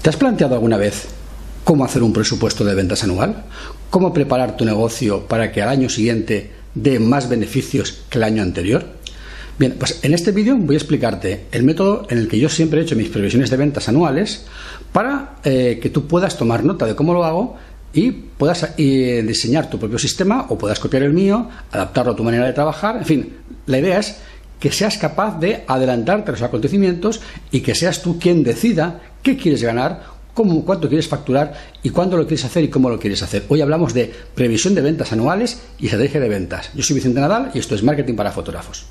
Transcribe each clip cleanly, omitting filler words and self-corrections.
¿Te has planteado alguna vez cómo hacer un presupuesto de ventas anual? ¿Cómo preparar tu negocio para que al año siguiente dé más beneficios que el año anterior? Bien, pues en este vídeo voy a explicarte el método en el que yo siempre he hecho mis previsiones de ventas anuales para que tú puedas tomar nota de cómo lo hago y puedas diseñar tu propio sistema o puedas copiar el mío, adaptarlo a tu manera de trabajar. En fin, la idea es que seas capaz de adelantarte a los acontecimientos y que seas tú quien decida qué quieres ganar, cuánto quieres facturar y cuándo lo quieres hacer y cómo lo quieres hacer. Hoy hablamos de previsión de ventas anuales y estrategia de ventas. Yo soy Vicente Nadal y esto es Marketing para Fotógrafos.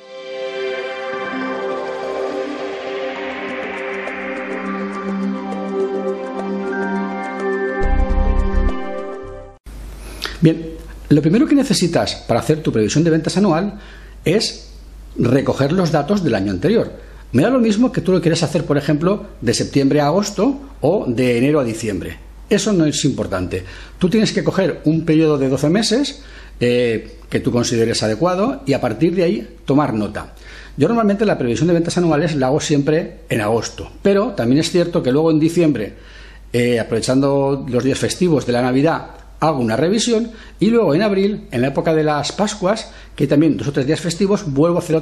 Bien, lo primero que necesitas para hacer tu previsión de ventas anual es recoger los datos del año anterior. Me da lo mismo que tú lo quieras hacer, por ejemplo, de septiembre a agosto o de enero a diciembre. Eso no es importante. Tú tienes que coger un periodo de 12 meses que tú consideres adecuado y a partir de ahí tomar nota. Yo normalmente la previsión de ventas anuales la hago siempre en agosto, pero también es cierto que luego en diciembre, aprovechando los días festivos de la Navidad, hago una revisión y luego en abril, en la época de las Pascuas, que hay también 2 o 3 días festivos, vuelvo a hacer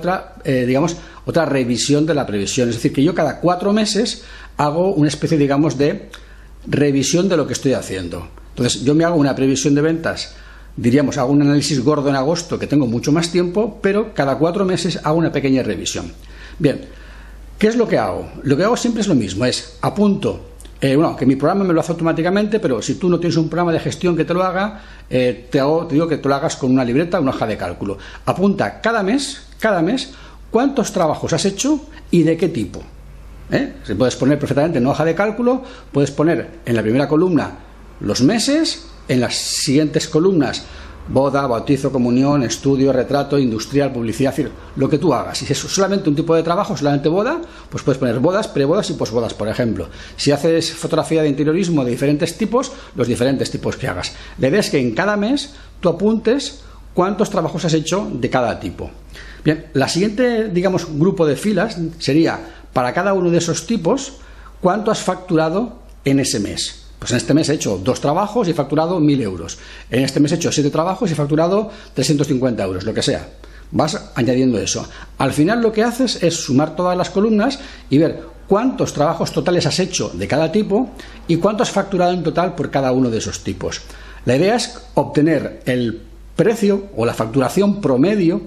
otra revisión de la previsión. Es decir, que yo cada 4 meses hago una especie, de revisión de lo que estoy haciendo. Entonces, yo me hago una previsión de ventas, hago un análisis gordo en agosto, que tengo mucho más tiempo, pero cada 4 meses hago una pequeña revisión. Bien, ¿qué es lo que hago? Lo que hago siempre es lo mismo, es apunto. Que mi programa me lo hace automáticamente, pero si tú no tienes un programa de gestión que te lo haga, te digo que tú lo hagas con una libreta, una hoja de cálculo. Apunta cada mes, cuántos trabajos has hecho y de qué tipo. Se puedes poner perfectamente en una hoja de cálculo, puedes poner en la primera columna los meses, en las siguientes columnas boda, bautizo, comunión, estudio, retrato, industrial, publicidad, es decir, lo que tú hagas. Si es solamente un tipo de trabajo, solamente boda, pues puedes poner bodas, prebodas y posbodas, por ejemplo. Si haces fotografía de interiorismo de diferentes tipos, los diferentes tipos que hagas. La idea es que en cada mes tú apuntes cuántos trabajos has hecho de cada tipo. Bien, la siguiente, grupo de filas sería, para cada uno de esos tipos, cuánto has facturado en ese mes. Pues en este mes he hecho 2 trabajos y he facturado 1.000 euros. En este mes he hecho 7 trabajos y he facturado 350 euros, lo que sea. Vas añadiendo eso. Al final lo que haces es sumar todas las columnas y ver cuántos trabajos totales has hecho de cada tipo y cuánto has facturado en total por cada uno de esos tipos. La idea es obtener el precio o la facturación promedio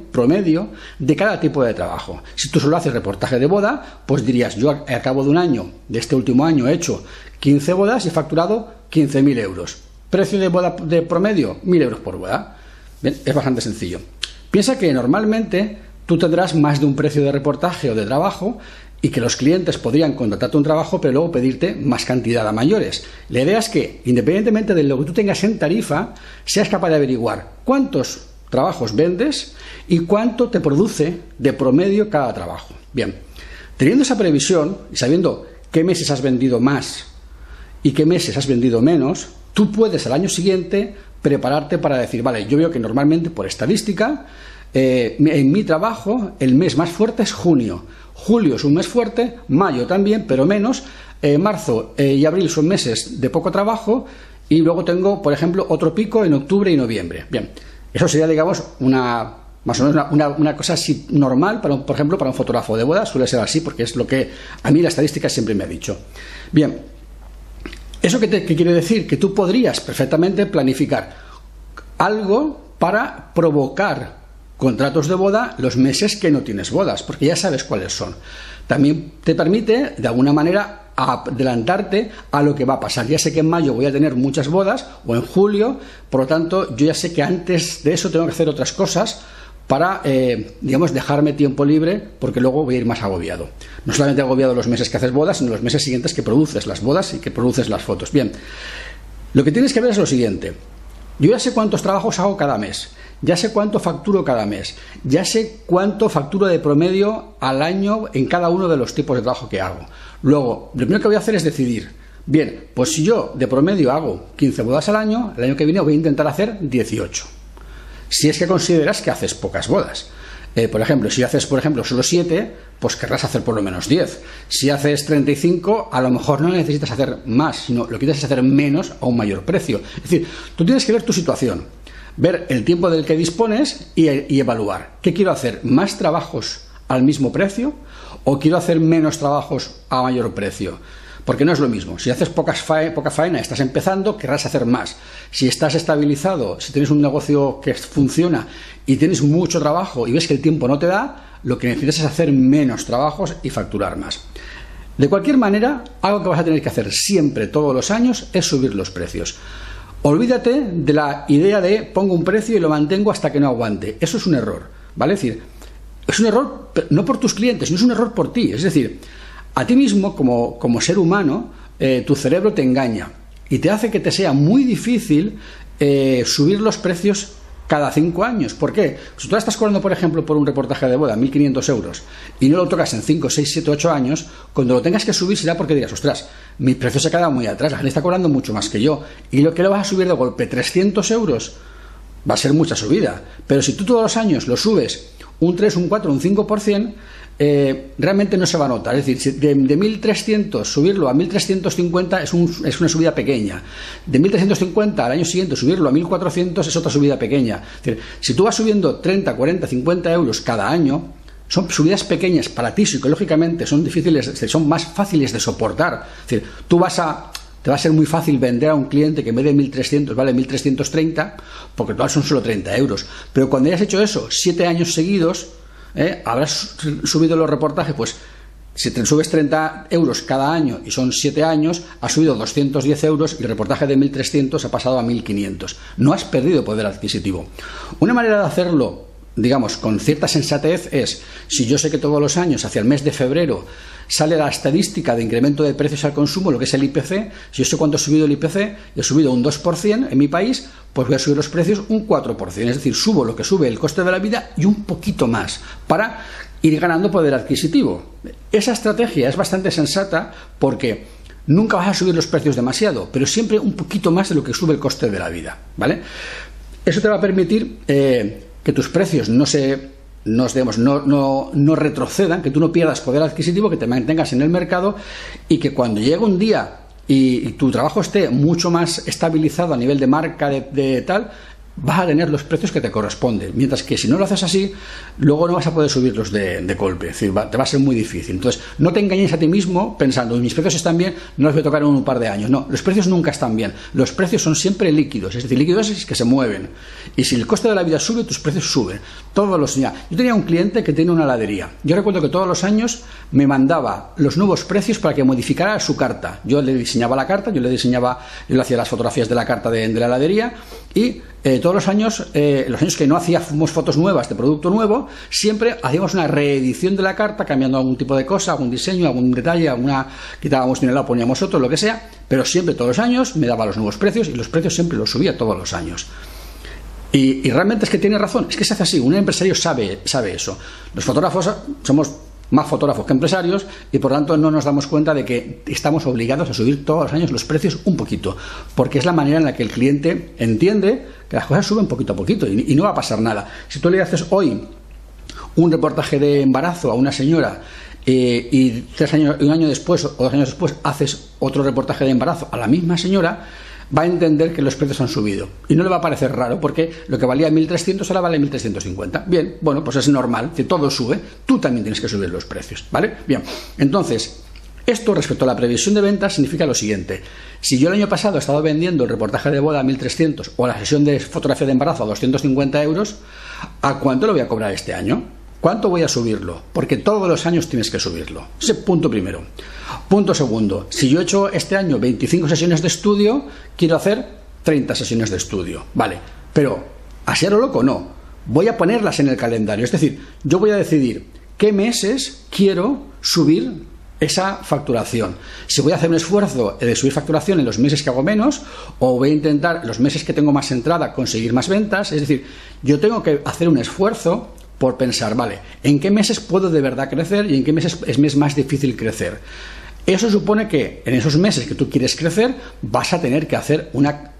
de cada tipo de trabajo. Si tú solo haces reportaje de boda, pues dirías, yo al cabo de un año, de este último año, he hecho 15 bodas y he facturado 15.000 euros. Precio de boda de promedio, 1.000 euros por boda. Bien, es bastante sencillo. Piensa que normalmente tú tendrás más de un precio de reportaje o de trabajo y que los clientes podrían contratarte un trabajo pero luego pedirte más cantidad a mayores. La idea es que, independientemente de lo que tú tengas en tarifa, seas capaz de averiguar cuántos trabajos vendes y cuánto te produce de promedio cada trabajo. Bien, teniendo esa previsión y sabiendo qué meses has vendido más y qué meses has vendido menos, tú puedes al año siguiente prepararte para decir, vale, yo veo que normalmente por estadística en mi trabajo el mes más fuerte es junio. Julio es un mes fuerte, mayo también, pero menos. Marzo y abril son meses de poco trabajo y luego tengo, por ejemplo, otro pico en octubre y noviembre. Bien, eso sería, más o menos una cosa así normal, por ejemplo, para un fotógrafo de boda suele ser así porque es lo que a mí la estadística siempre me ha dicho. Bien, ¿eso qué quiere decir? Que tú podrías perfectamente planificar algo para provocar contratos de boda los meses que no tienes bodas, porque ya sabes cuáles son. También te permite, de alguna manera, adelantarte a lo que va a pasar. Ya sé que en mayo voy a tener muchas bodas, o en julio, por lo tanto, yo ya sé que antes de eso tengo que hacer otras cosas para, dejarme tiempo libre, porque luego voy a ir más agobiado. No solamente agobiado los meses que haces bodas, sino los meses siguientes que produces las bodas y que produces las fotos. Bien, lo que tienes que ver es lo siguiente. Yo ya sé cuántos trabajos hago cada mes, ya sé cuánto facturo cada mes, ya sé cuánto facturo de promedio al año en cada uno de los tipos de trabajo que hago. Luego, lo primero que voy a hacer es decidir, bien, pues si yo de promedio hago 15 bodas al año, el año que viene voy a intentar hacer 18. Si es que consideras que haces pocas bodas. Por ejemplo, si haces, por ejemplo, solo 7, pues querrás hacer por lo menos 10. Si haces 35, a lo mejor no necesitas hacer más, sino lo que quieres es hacer menos a un mayor precio. Es decir, tú tienes que ver tu situación, ver el tiempo del que dispones y evaluar. ¿Qué quiero hacer? ¿Más trabajos al mismo precio o quiero hacer menos trabajos a mayor precio? Porque no es lo mismo. Si haces poca faena, estás empezando, querrás hacer más. Si estás estabilizado, si tienes un negocio que funciona y tienes mucho trabajo y ves que el tiempo no te da, lo que necesitas es hacer menos trabajos y facturar más. De cualquier manera, algo que vas a tener que hacer siempre, todos los años, es subir los precios. Olvídate de la idea de pongo un precio y lo mantengo hasta que no aguante. Eso es un error, ¿vale? Es decir, es un error no por tus clientes, no es un error por ti. Es decir, a ti mismo, como ser humano, tu cerebro te engaña y te hace que te sea muy difícil subir los precios cada 5 años. ¿Por qué? Si tú estás cobrando, por ejemplo, por un reportaje de boda 1.500 euros y no lo tocas en 5, 6, 7, 8 años, cuando lo tengas que subir será porque dirás, ostras, mi precio se ha quedado muy atrás, la gente está cobrando mucho más que yo, y lo que le vas a subir de golpe 300 euros va a ser mucha subida. Pero si tú todos los años lo subes un 3, un 4, un 5%, realmente no se va a notar. Es decir, de 1.300 subirlo a 1.350 es una subida pequeña. De 1.350 al año siguiente subirlo a 1.400 es otra subida pequeña. Es decir, si tú vas subiendo 30, 40, 50 euros cada año, son subidas pequeñas para ti psicológicamente, son más fáciles de soportar. Es decir, te va a ser muy fácil vender a un cliente que en vez de 1.300 vale 1.330, porque total son solo 30 euros. Pero cuando hayas hecho eso 7 años seguidos, habrás subido los reportajes, pues si te subes 30 euros cada año y son 7 años, has subido 210 euros y el reportaje de 1.300 ha pasado a 1.500. No has perdido poder adquisitivo. Una manera de hacerlo, digamos, con cierta sensatez es, si yo sé que todos los años, hacia el mes de febrero, sale la estadística de incremento de precios al consumo, lo que es el IPC, si yo sé cuánto ha subido el IPC, y he subido un 2% en mi país, pues voy a subir los precios un 4%, es decir, subo lo que sube el coste de la vida y un poquito más, para ir ganando poder adquisitivo. Esa estrategia es bastante sensata porque nunca vas a subir los precios demasiado, pero siempre un poquito más de lo que sube el coste de la vida, ¿vale? Eso te va a permitir que tus precios no retrocedan, que tú no pierdas poder adquisitivo, que te mantengas en el mercado y que cuando llegue un día y tu trabajo esté mucho más estabilizado a nivel de marca, de tal, vas a tener los precios que te corresponden. Mientras que si no lo haces así, luego no vas a poder subirlos de golpe. Es decir, te va a ser muy difícil. Entonces, no te engañes a ti mismo pensando, mis precios están bien, no los voy a tocar en un par de años. No, los precios nunca están bien. Los precios son siempre líquidos. Es decir, líquidos es que se mueven. Y si el coste de la vida sube, tus precios suben. Todos los días. Yo tenía un cliente que tiene una heladería. Yo recuerdo que todos los años me mandaba los nuevos precios para que modificara su carta. Yo le diseñaba la carta, yo le hacía las fotografías de la carta de la heladería y todos los años que no hacíamos fotos nuevas de producto nuevo, siempre hacíamos una reedición de la carta, cambiando algún tipo de cosa, algún diseño, algún detalle, quitábamos de un lado, poníamos otro, lo que sea, pero siempre todos los años me daba los nuevos precios y los precios siempre los subía todos los años. Y realmente es que tiene razón, es que se hace así, un empresario sabe eso. Los fotógrafos somos más fotógrafos que empresarios y por tanto no nos damos cuenta de que estamos obligados a subir todos los años los precios un poquito, porque es la manera en la que el cliente entiende que las cosas suben poquito a poquito y no va a pasar nada. Si tú le haces hoy un reportaje de embarazo a una señora y un año después o 2 años después haces otro reportaje de embarazo a la misma señora, va a entender que los precios han subido y no le va a parecer raro porque lo que valía 1.300 ahora vale 1.350. Bien, bueno, pues es normal, que todo sube, tú también tienes que subir los precios, ¿vale? Bien, entonces, esto respecto a la previsión de ventas significa lo siguiente: si yo el año pasado he estado vendiendo el reportaje de boda a 1.300 o la sesión de fotografía de embarazo a 250 euros, ¿a cuánto lo voy a cobrar este año? ¿Cuánto voy a subirlo? Porque todos los años tienes que subirlo. Ese punto primero. Punto segundo. Si yo he hecho este año 25 sesiones de estudio, quiero hacer 30 sesiones de estudio. Vale, pero así a lo loco no. Voy a ponerlas en el calendario. Es decir, yo voy a decidir qué meses quiero subir esa facturación. Si voy a hacer un esfuerzo de subir facturación en los meses que hago menos, o voy a intentar en los meses que tengo más entrada conseguir más ventas. Es decir, yo tengo que hacer un esfuerzo por pensar, vale, ¿en qué meses puedo de verdad crecer y en qué meses es más difícil crecer? Eso supone que en esos meses que tú quieres crecer vas a tener que hacer una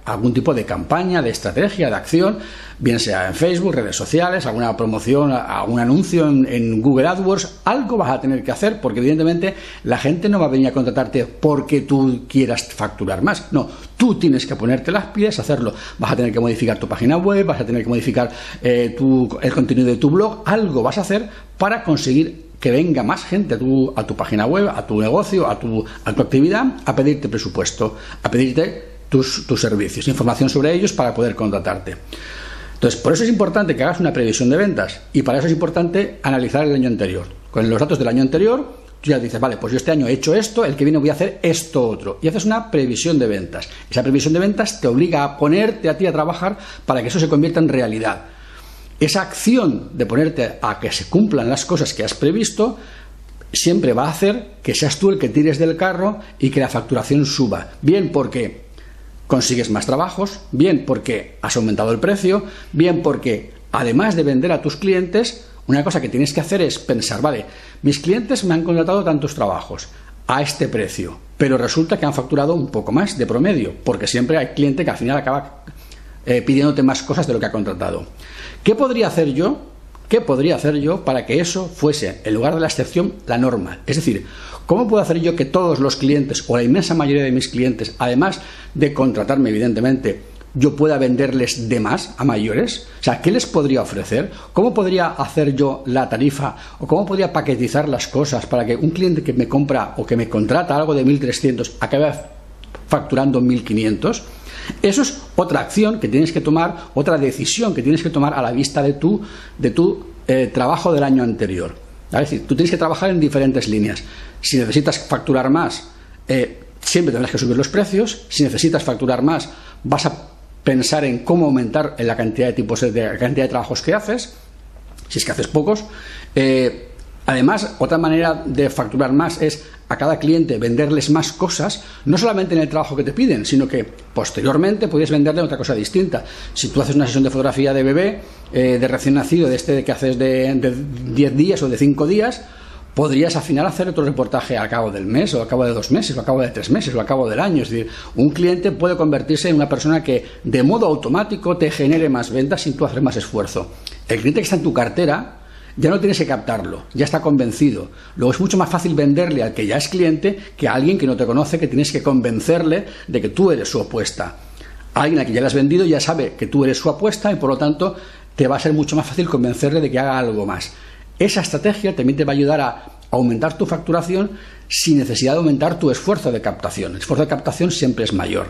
algún tipo de campaña, de estrategia, de acción, bien sea en Facebook, redes sociales, alguna promoción, algún anuncio en Google AdWords. Algo vas a tener que hacer, porque evidentemente la gente no va a venir a contratarte porque tú quieras facturar más. No, tú tienes que ponerte las pilas, hacerlo. Vas a tener que modificar tu página web, vas a tener que modificar el contenido de tu blog. Algo vas a hacer para conseguir que venga más gente a tu página web, a tu negocio, a tu actividad, a pedirte presupuesto, a pedirte tus servicios, información sobre ellos para poder contratarte. Entonces, por eso es importante que hagas una previsión de ventas, y para eso es importante analizar el año anterior. Con los datos del año anterior, tú ya dices, vale, pues yo este año he hecho esto, el que viene voy a hacer esto otro, y haces una previsión de ventas. Esa previsión de ventas te obliga a ponerte a ti a trabajar para que eso se convierta en realidad. Esa acción de ponerte a que se cumplan las cosas que has previsto siempre va a hacer que seas tú el que tires del carro y que la facturación suba. Bien porque consigues más trabajos, bien porque has aumentado el precio, bien porque además de vender a tus clientes, una cosa que tienes que hacer es pensar, vale, mis clientes me han contratado tantos trabajos a este precio, pero resulta que han facturado un poco más de promedio, porque siempre hay cliente que al final acaba pidiéndote más cosas de lo que ha contratado. ¿Qué podría hacer yo? ¿Qué podría hacer yo para que eso fuese, en lugar de la excepción, la norma? Es decir, ¿cómo puedo hacer yo que todos los clientes, o la inmensa mayoría de mis clientes, además de contratarme, evidentemente, yo pueda venderles de más a mayores? O sea, ¿qué les podría ofrecer? ¿Cómo podría hacer yo la tarifa? ¿O cómo podría paquetizar las cosas para que un cliente que me compra o que me contrata algo de 1.300 acabe facturando 1.500? Eso es otra acción que tienes que tomar, otra decisión que tienes que tomar a la vista de tu trabajo del año anterior. Es decir, tú tienes que trabajar en diferentes líneas. Si necesitas facturar más, siempre tendrás que subir los precios. Si necesitas facturar más, vas a pensar en cómo aumentar la cantidad de trabajos que haces, si es que haces pocos. Además, otra manera de facturar más es a cada cliente venderles más cosas, no solamente en el trabajo que te piden, sino que posteriormente puedes venderle otra cosa distinta. Si tú haces una sesión de fotografía de bebé, de recién nacido, de que haces de 10 días o de 5 días, podrías al final hacer otro reportaje al cabo del mes, o al cabo de 2 meses, o al cabo de 3 meses, o al cabo del año. Es decir, un cliente puede convertirse en una persona que de modo automático te genere más ventas sin tú hacer más esfuerzo. El cliente que está en tu cartera ya no tienes que captarlo, ya está convencido. Luego es mucho más fácil venderle al que ya es cliente que a alguien que no te conoce, que tienes que convencerle de que tú eres su apuesta. Alguien a quien ya le has vendido ya sabe que tú eres su apuesta y por lo tanto te va a ser mucho más fácil convencerle de que haga algo más. Esa estrategia también te va a ayudar a aumentar tu facturación sin necesidad de aumentar tu esfuerzo de captación. El esfuerzo de captación siempre es mayor.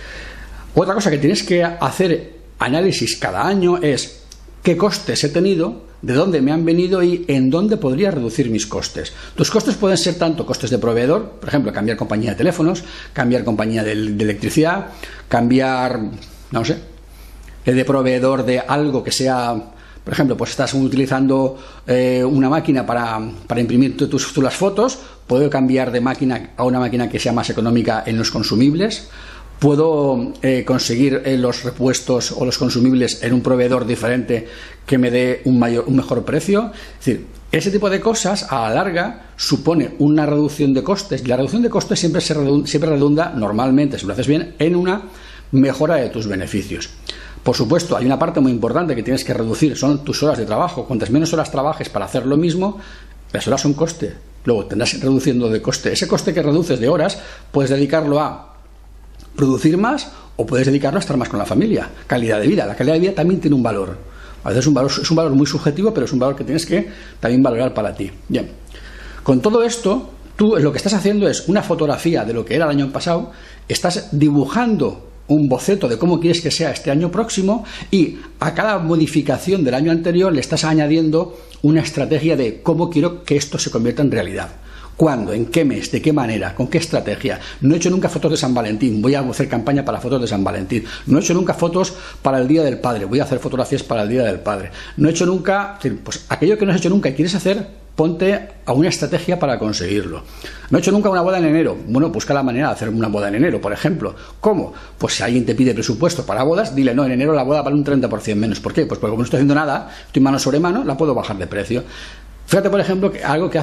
Otra cosa que tienes que hacer análisis cada año es qué costes he tenido, de dónde me han venido y en dónde podría reducir mis costes. Tus costes pueden ser tanto costes de proveedor, por ejemplo, cambiar compañía de teléfonos, cambiar compañía de electricidad, cambiar, no sé, de proveedor de algo que sea, por ejemplo, pues estás utilizando una máquina para imprimir las fotos, puedo cambiar de máquina a una máquina que sea más económica en los consumibles. Puedo conseguir los repuestos o los consumibles en un proveedor diferente que me dé un mejor precio. Es decir, ese tipo de cosas a la larga supone una reducción de costes, y la reducción de costes siempre redunda normalmente, si lo haces bien, en una mejora de tus beneficios. Por supuesto, hay una parte muy importante que tienes que reducir, son tus horas de trabajo. Cuantas menos horas trabajes para hacer lo mismo, las horas son coste. Luego tendrás reduciendo de coste. Ese coste que reduces de horas puedes dedicarlo a producir más o puedes dedicarlo a estar más con la familia. Calidad de vida. La calidad de vida también tiene un valor. A veces es un valor muy subjetivo, pero es un valor que tienes que también valorar para ti. Bien. Con todo esto, tú lo que estás haciendo es una fotografía de lo que era el año pasado, estás dibujando un boceto de cómo quieres que sea este año próximo y a cada modificación del año anterior le estás añadiendo una estrategia de cómo quiero que esto se convierta en realidad. ¿Cuándo? ¿En qué mes? ¿De qué manera? ¿Con qué estrategia? No he hecho nunca fotos de San Valentín, voy a hacer campaña para fotos de San Valentín. No he hecho nunca fotos para el Día del Padre, voy a hacer fotografías para el Día del Padre. No he hecho nunca, pues aquello que no has hecho nunca y quieres hacer, ponte a una estrategia para conseguirlo. No he hecho nunca una boda en enero. Bueno, busca la manera de hacer una boda en enero, por ejemplo. ¿Cómo? Pues si alguien te pide presupuesto para bodas, dile, no, en enero la boda vale un 30% menos. ¿Por qué? Pues porque como no estoy haciendo nada, estoy mano sobre mano, la puedo bajar de precio. Fíjate, por ejemplo, que algo que hacen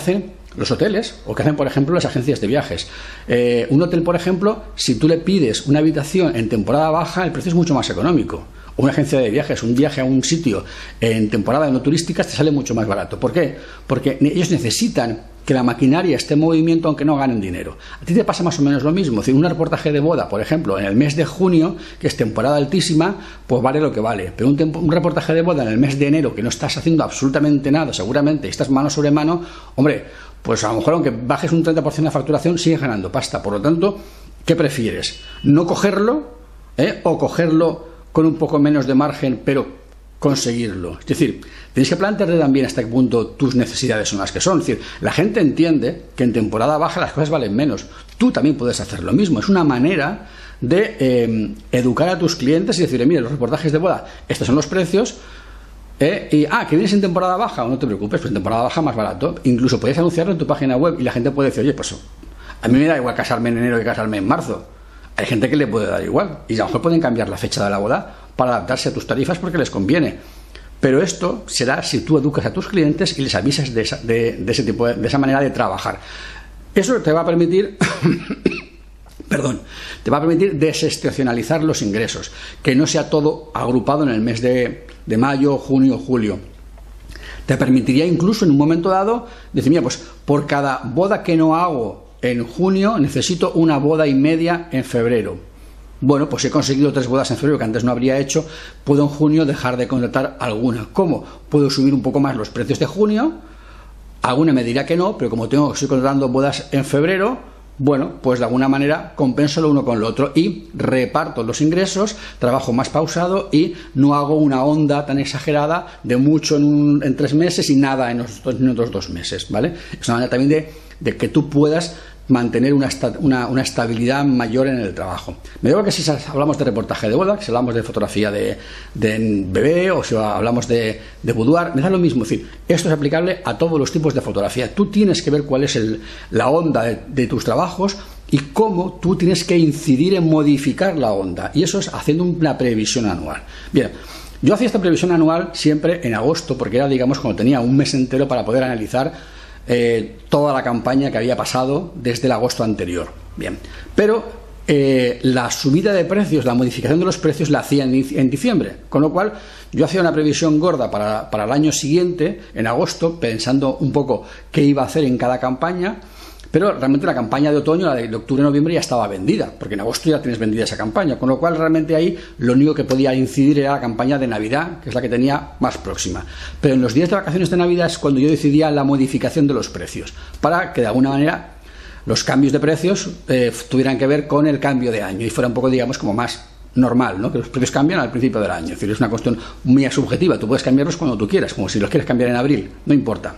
los hoteles o que hacen, por ejemplo, las agencias de viajes. Un hotel, por ejemplo, si tú le pides una habitación en temporada baja, el precio es mucho más económico. O una agencia de viajes, un viaje a un sitio en temporada no turística te sale mucho más barato. ¿Por qué? Porque ellos necesitan que la maquinaria esté en movimiento aunque no ganen dinero. A ti te pasa más o menos lo mismo. Es decir, un reportaje de boda, por ejemplo, en el mes de junio, que es temporada altísima, pues vale lo que vale. Pero un reportaje de boda en el mes de enero, que no estás haciendo absolutamente nada, seguramente, y estás mano sobre mano, hombre, pues a lo mejor aunque bajes un 30% de facturación, sigues ganando pasta. Por lo tanto, ¿qué prefieres? ¿No cogerlo o cogerlo con un poco menos de margen, pero conseguirlo? Es decir, tienes que plantearte también hasta qué punto tus necesidades son las que son. Es decir, la gente entiende que en temporada baja las cosas valen menos. Tú también puedes hacer lo mismo. Es una manera de educar a tus clientes y decirle, mira, los reportajes de boda, estos son los precios, que vienes en temporada baja, o no te preocupes, pues en temporada baja más barato. Incluso puedes anunciarlo en tu página web y la gente puede decir, oye, pues a mí me da igual casarme en enero que casarme en marzo. Hay gente que le puede dar igual y a lo mejor pueden cambiar la fecha de la boda para adaptarse a tus tarifas porque les conviene. Pero esto será si tú educas a tus clientes y les avisas de esa manera de trabajar. Eso te va a permitir te va a permitir desestacionalizar los ingresos, que no sea todo agrupado en el mes de mayo, junio, julio. Te permitiría incluso en un momento dado decir, mira, pues por cada boda que no hago en junio necesito una boda y media en febrero. Bueno, pues he conseguido 3 bodas en febrero que antes no habría hecho, puedo en junio dejar de contratar alguna. ¿Cómo? Puedo subir un poco más los precios de junio, alguna me dirá que no, pero como estoy contratando bodas en febrero, bueno, pues de alguna manera compenso lo uno con lo otro y reparto los ingresos, trabajo más pausado y no hago una onda tan exagerada de mucho en 3 meses y nada en otros 2 meses, ¿vale? Es una manera también de que tú puedas mantener una estabilidad mayor en el trabajo. Me digo que si hablamos de reportaje de boda, que si hablamos de fotografía de bebé o si hablamos de boudoir, me da lo mismo. Es decir, esto es aplicable a todos los tipos de fotografía. Tú tienes que ver cuál es la onda de tus trabajos y cómo tú tienes que incidir en modificar la onda. Y eso es haciendo una previsión anual. Bien, yo hacía esta previsión anual siempre en agosto, porque era, digamos, cuando tenía un mes entero para poder analizar toda la campaña que había pasado desde el agosto anterior. Bien, pero la subida de precios, la modificación de los precios la hacía en diciembre, con lo cual yo hacía una previsión gorda para el año siguiente, en agosto, pensando un poco qué iba a hacer en cada campaña. Pero realmente la campaña de otoño, la de octubre-noviembre, ya estaba vendida, porque en agosto ya tienes vendida esa campaña, con lo cual realmente ahí lo único que podía incidir era la campaña de Navidad, que es la que tenía más próxima. Pero en los días de vacaciones de Navidad es cuando yo decidía la modificación de los precios, para que de alguna manera los cambios de precios tuvieran que ver con el cambio de año y fuera un poco, digamos, como más normal, ¿no? Que los precios cambian al principio del año, es decir, es una cuestión muy subjetiva, tú puedes cambiarlos cuando tú quieras, como si los quieres cambiar en abril, no importa.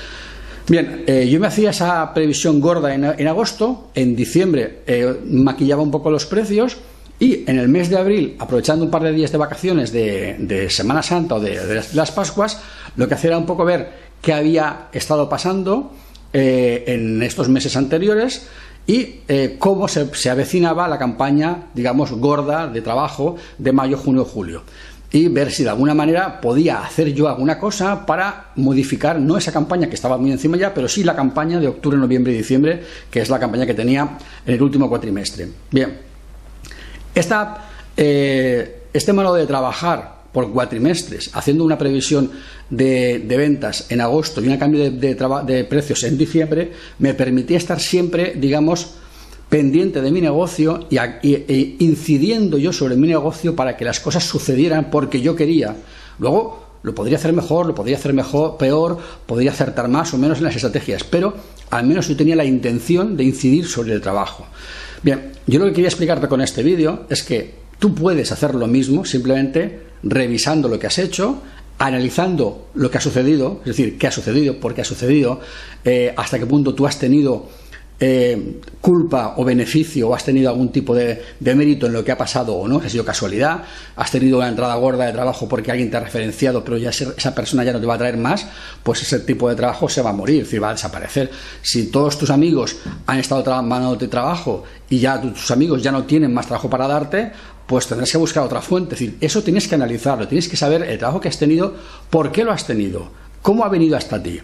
Bien, yo me hacía esa previsión gorda en agosto, en diciembre maquillaba un poco los precios y en el mes de abril, aprovechando un par de días de vacaciones de Semana Santa o de las Pascuas, lo que hacía era un poco ver qué había estado pasando en estos meses anteriores y cómo se avecinaba la campaña, digamos, gorda de trabajo de mayo, junio, julio. Y ver si de alguna manera podía hacer yo alguna cosa para modificar, no esa campaña que estaba muy encima ya, pero sí la campaña de octubre, noviembre y diciembre, que es la campaña que tenía en el último cuatrimestre. Bien, este modo de trabajar por cuatrimestres, haciendo una previsión de ventas en agosto y un cambio de precios en diciembre, me permitía estar siempre, digamos, pendiente de mi negocio e incidiendo yo sobre mi negocio para que las cosas sucedieran porque yo quería. Luego lo podría hacer mejor, lo podría hacer peor, podría acertar más o menos en las estrategias, pero al menos yo tenía la intención de incidir sobre el trabajo. Bien, yo lo que quería explicarte con este vídeo es que tú puedes hacer lo mismo simplemente revisando lo que has hecho, analizando lo que ha sucedido, es decir, qué ha sucedido, por qué ha sucedido, hasta qué punto tú has tenido culpa o beneficio o has tenido algún tipo de mérito en lo que ha pasado o no, ha sido casualidad, has tenido una entrada gorda de trabajo porque alguien te ha referenciado pero ya esa persona ya no te va a traer más, pues ese tipo de trabajo se va a morir, es decir, va a desaparecer. Si todos tus amigos han estado mandándote trabajo y ya tus amigos ya no tienen más trabajo para darte, pues tendrás que buscar otra fuente. Es decir, eso tienes que analizarlo, tienes que saber el trabajo que has tenido, por qué lo has tenido, cómo ha venido hasta ti.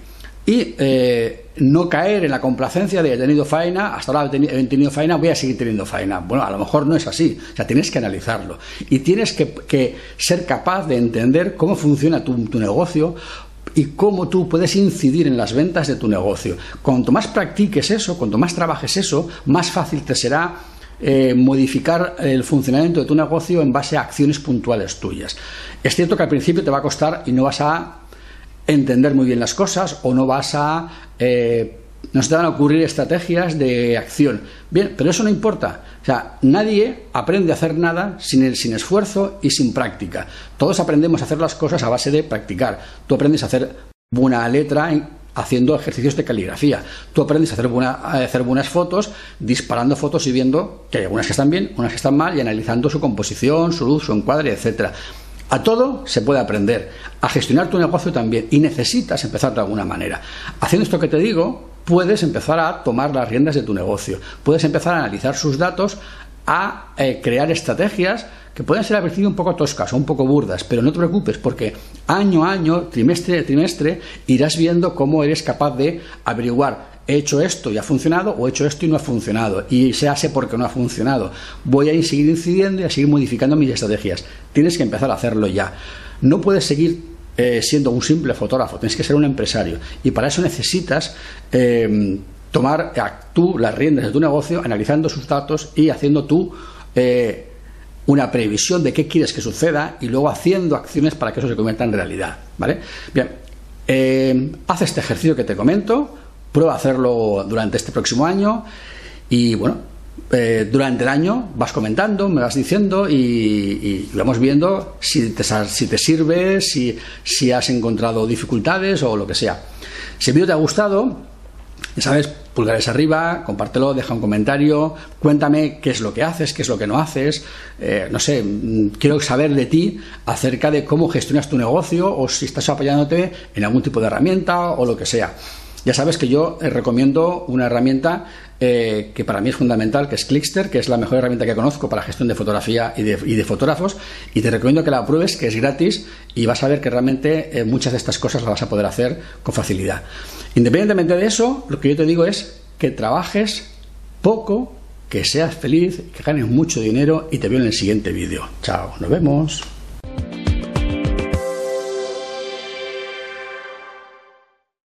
y no caer en la complacencia de he tenido faena, hasta ahora he tenido faena, voy a seguir teniendo faena. Bueno, a lo mejor no es así, o sea, tienes que analizarlo y tienes que ser capaz de entender cómo funciona tu negocio y cómo tú puedes incidir en las ventas de tu negocio. Cuanto más practiques eso, cuanto más trabajes eso, más fácil te será modificar el funcionamiento de tu negocio en base a acciones puntuales tuyas. Es cierto que al principio te va a costar y no vas a entender muy bien las cosas o no vas a no se te van a ocurrir estrategias de acción. Bien, pero eso no importa. O sea, nadie aprende a hacer nada sin esfuerzo y sin práctica. Todos aprendemos a hacer las cosas a base de practicar. Tú aprendes a hacer buena letra haciendo ejercicios de caligrafía. Tú aprendes a hacer buenas fotos disparando fotos y viendo que hay algunas que están bien, unas que están mal y analizando su composición, su luz, su encuadre, etcétera. A todo se puede aprender, a gestionar tu negocio también, y necesitas empezar de alguna manera. Haciendo esto que te digo, puedes empezar a tomar las riendas de tu negocio, puedes empezar a analizar sus datos, a crear estrategias que pueden ser a principio un poco toscas o un poco burdas, pero no te preocupes porque año a año, trimestre a trimestre, irás viendo cómo eres capaz de averiguar. He hecho esto y ha funcionado, o he hecho esto y no ha funcionado, y sé por qué no ha funcionado. Voy a seguir incidiendo y a seguir modificando mis estrategias. Tienes que empezar a hacerlo ya. No puedes seguir siendo un simple fotógrafo, tienes que ser un empresario, y para eso necesitas tomar tú las riendas de tu negocio, analizando sus datos y haciendo tú una previsión de qué quieres que suceda y luego haciendo acciones para que eso se convierta en realidad, ¿vale? Bien, haz este ejercicio que te comento. Prueba a hacerlo durante este próximo año y bueno, durante el año vas comentando, me vas diciendo y vamos viendo si te sirve, si has encontrado dificultades o lo que sea. Si el vídeo te ha gustado, ya sabes, pulgares arriba, compártelo, deja un comentario, cuéntame qué es lo que haces, qué es lo que no haces, no sé, quiero saber de ti acerca de cómo gestionas tu negocio o si estás apoyándote en algún tipo de herramienta o lo que sea. Ya sabes que yo recomiendo una herramienta que para mí es fundamental, que es Clickster, que es la mejor herramienta que conozco para gestión de fotografía y de fotógrafos, y te recomiendo que la pruebes, que es gratis, y vas a ver que realmente muchas de estas cosas las vas a poder hacer con facilidad. Independientemente de eso, lo que yo te digo es que trabajes poco, que seas feliz, que ganes mucho dinero, y te veo en el siguiente vídeo. Chao, nos vemos.